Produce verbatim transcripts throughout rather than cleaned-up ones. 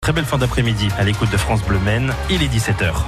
Très belle fin d'après-midi à l'écoute de France Bleu Maine, il est dix-sept heures.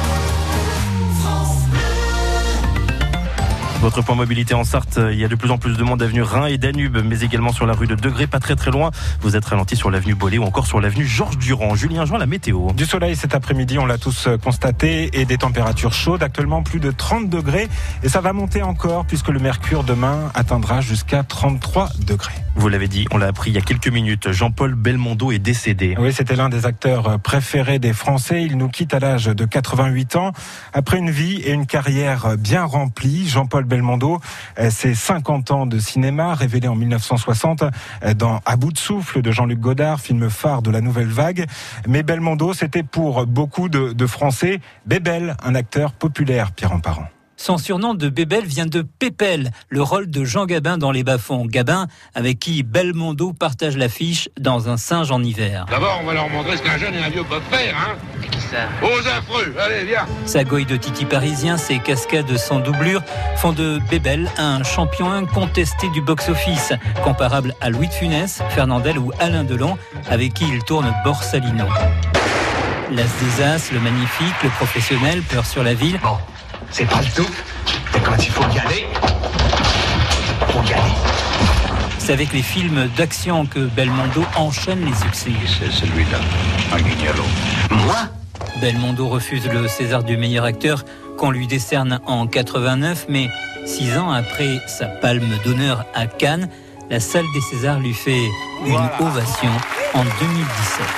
Votre point mobilité en Sarthe, il y a de plus en plus de monde avenue Rhin et Danube, mais également sur la rue de Degré, pas très très loin. Vous êtes ralenti sur l'avenue Bollé ou encore sur l'avenue Georges Durand. Julien Jean, la météo. Du soleil cet après-midi, on l'a tous constaté, et des températures chaudes, actuellement plus de trente degrés. Et ça va monter encore puisque le mercure demain atteindra jusqu'à trente-trois degrés. Vous l'avez dit, on l'a appris il y a quelques minutes, Jean-Paul Belmondo est décédé. Oui, c'était l'un des acteurs préférés des Français. Il nous quitte à l'âge de quatre-vingt-huit ans. Après une vie et une carrière bien remplie, Jean-Paul Belmondo, c'est cinquante ans de cinéma, révélé en mille neuf cent soixante dans À bout de souffle de Jean-Luc Godard, film phare de la nouvelle vague. Mais Belmondo, c'était pour beaucoup de, de Français Bébel, un acteur populaire, Pierre Emparent. Son surnom de Bébel vient de Pépel, le rôle de Jean Gabin dans Les Bas-fonds. Gabin, avec qui Belmondo partage l'affiche dans Un singe en hiver. D'abord, on va leur montrer ce qu'un jeune et un vieux peuvent faire, hein. C'est qui ça? Aux affreux, allez, viens. Sa goye de titi parisien, ses cascades sans doublure font de Bébel un champion incontesté du box-office, comparable à Louis de Funès, Fernandel ou Alain Delon, avec qui il tourne Borsalino. L'As des As, le magnifique, le professionnel, Peur sur la ville. Bon. C'est pas le tout, mais quand il faut y aller, faut y aller. C'est avec les films d'action que Belmondo enchaîne les succès. C'est celui-là, un guignolo. Moi ? Belmondo refuse le César du meilleur acteur qu'on lui décerne en quatre-vingt-neuf, mais six ans après sa palme d'honneur à Cannes, la salle des Césars lui fait une voilà. ovation en deux mille dix-sept.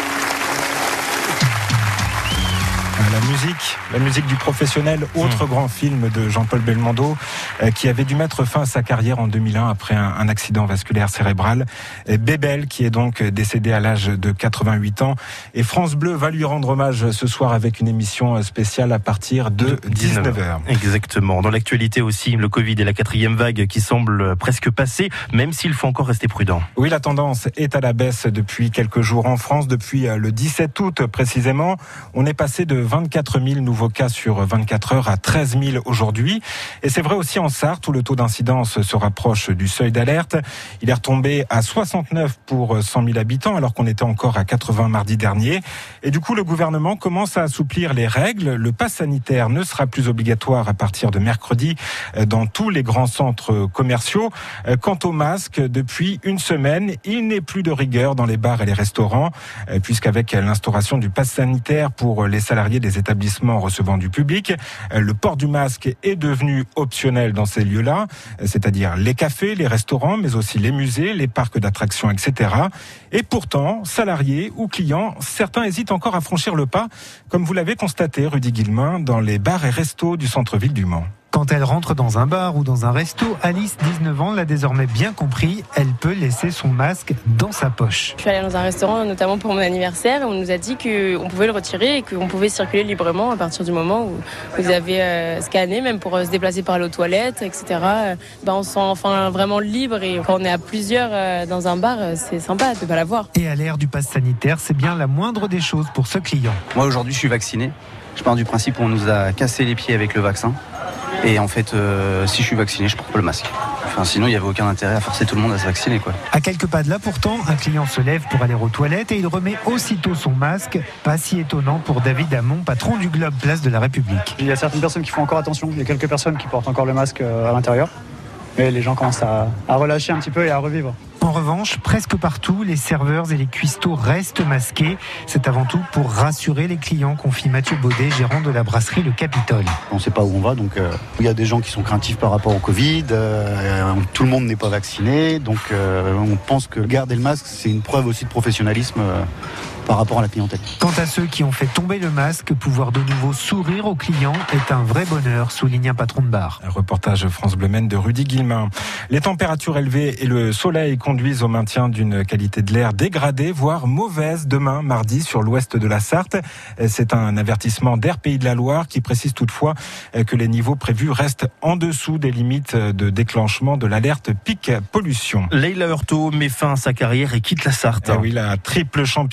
La musique, la musique du professionnel, autre mmh. grand film de Jean-Paul Belmondo, euh, qui avait dû mettre fin à sa carrière en deux mille un après un, un accident vasculaire cérébral. Et Bébel, qui est donc décédé à l'âge de quatre-vingt-huit ans. Et France Bleu va lui rendre hommage ce soir avec une émission spéciale à partir de dix-neuf heures. Exactement. Dans l'actualité aussi, le Covid et la quatrième vague qui semble presque passée, même s'il faut encore rester prudent. Oui, la tendance est à la baisse depuis quelques jours en France. Depuis le dix-sept août précisément, on est passé de vingt-quatre mille nouveaux cas sur vingt-quatre heures à treize mille aujourd'hui. Et c'est vrai aussi en Sarthe où le taux d'incidence se rapproche du seuil d'alerte. Il est retombé à soixante-neuf pour cent mille habitants alors qu'on était encore à quatre-vingts mardi dernier. Et du coup, le gouvernement commence à assouplir les règles. Le pass sanitaire ne sera plus obligatoire à partir de mercredi dans tous les grands centres commerciaux. Quant au masque, depuis une semaine, il n'est plus de rigueur dans les bars et les restaurants puisqu'avec l'instauration du pass sanitaire pour les salariés des établissements recevant du public, le port du masque est devenu optionnel dans ces lieux-là, c'est-à-dire les cafés, les restaurants, mais aussi les musées, les parcs d'attractions, et cetera. Et pourtant, salariés ou clients, certains hésitent encore à franchir le pas, comme vous l'avez constaté, Rudy Guillemin, dans les bars et restos du centre-ville du Mans. Quand elle rentre dans un bar ou dans un resto, Alice, dix-neuf ans, l'a désormais bien compris. Elle peut laisser son masque dans sa poche. Je suis allée dans un restaurant, notamment pour mon anniversaire, où on nous a dit qu'on pouvait le retirer et qu'on pouvait circuler librement à partir du moment où vous avez euh, scanné, même pour euh, se déplacer par aller aux toilettes, et cetera. Ben, on se sent enfin vraiment libre et quand on est à plusieurs euh, dans un bar, euh, c'est sympa de ne pas l'avoir. Et à l'ère du pass sanitaire, c'est bien la moindre des choses pour ce client. Moi aujourd'hui, je suis vacciné. Je pars du principe qu'on nous a cassé les pieds avec le vaccin. Et en fait, euh, si je suis vacciné, je porte pas le masque. Enfin, sinon, il n'y avait aucun intérêt à forcer tout le monde à se vacciner, quoi. À quelques pas de là, pourtant, un client se lève pour aller aux toilettes et il remet aussitôt son masque. Pas si étonnant pour David Hamon, patron du Globe Place de la République. Il y a certaines personnes qui font encore attention. Il y a quelques personnes qui portent encore le masque à l'intérieur. Et les gens commencent à, à relâcher un petit peu et à revivre. En revanche, presque partout, les serveurs et les cuistots restent masqués. C'est avant tout pour rassurer les clients, confie Mathieu Baudet, gérant de la brasserie Le Capitole. On ne sait pas où on va, donc euh, il y a des gens qui sont craintifs par rapport au Covid, euh, tout le monde n'est pas vacciné, donc euh, on pense que garder le masque, c'est une preuve aussi de professionnalisme euh, par rapport à la clientèle. Quant à ceux qui ont fait tomber le masque, pouvoir de nouveau sourire aux clients est un vrai bonheur, souligne un patron de bar. Un reportage France Bleu Maine de Rudy Guillemin. Les températures élevées et le soleil conduisent au maintien d'une qualité de l'air dégradée, voire mauvaise demain, mardi, sur l'ouest de la Sarthe. C'est un avertissement d'Air Pays de la Loire qui précise toutefois que les niveaux prévus restent en dessous des limites de déclenchement de l'alerte pic pollution. Leila Hurtado met fin à sa carrière et quitte la Sarthe. Eh oui, la triple championne du monde de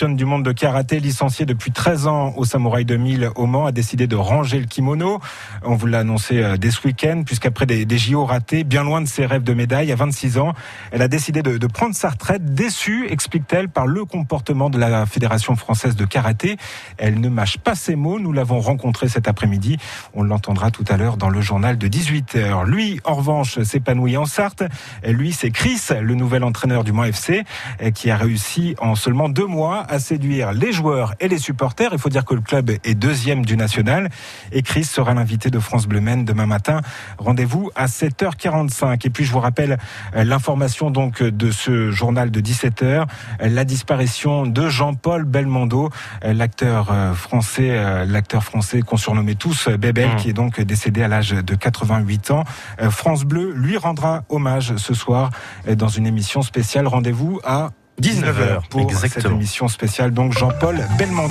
de karaté, licencié depuis treize ans au Samouraï deux mille au Mans, a décidé de ranger le kimono. On vous l'a annoncé dès ce week-end, puisqu'après des, des J O ratés, bien loin de ses rêves de médaille, à vingt-six ans, elle a décidé de, de prendre sa retraite, déçue, explique-t-elle, par le comportement de la Fédération française de karaté. Elle ne mâche pas ses mots, nous l'avons rencontrée cet après-midi. On l'entendra tout à l'heure dans le journal de dix-huit heures. Lui, en revanche, s'épanouit en Sarthe. Lui, c'est Chris, le nouvel entraîneur du Mans F C, qui a réussi en seulement deux mois à séduire les joueurs et les supporters. Il faut dire que le club est deuxième du national. Et Chris sera l'invité de France Bleu Maine demain matin. Rendez-vous à sept heures quarante-cinq. Et puis, je vous rappelle l'information donc de ce journal de dix-sept heures. La disparition de Jean-Paul Belmondo, l'acteur français, l'acteur français qu'on surnommait tous Bébel, mmh. qui est donc décédé à l'âge de quatre-vingt-huit ans. France Bleu lui rendra hommage ce soir dans une émission spéciale. Rendez-vous à dix-neuf heures pour Exactement. cette émission spéciale. Donc Jean-Paul Belmondo.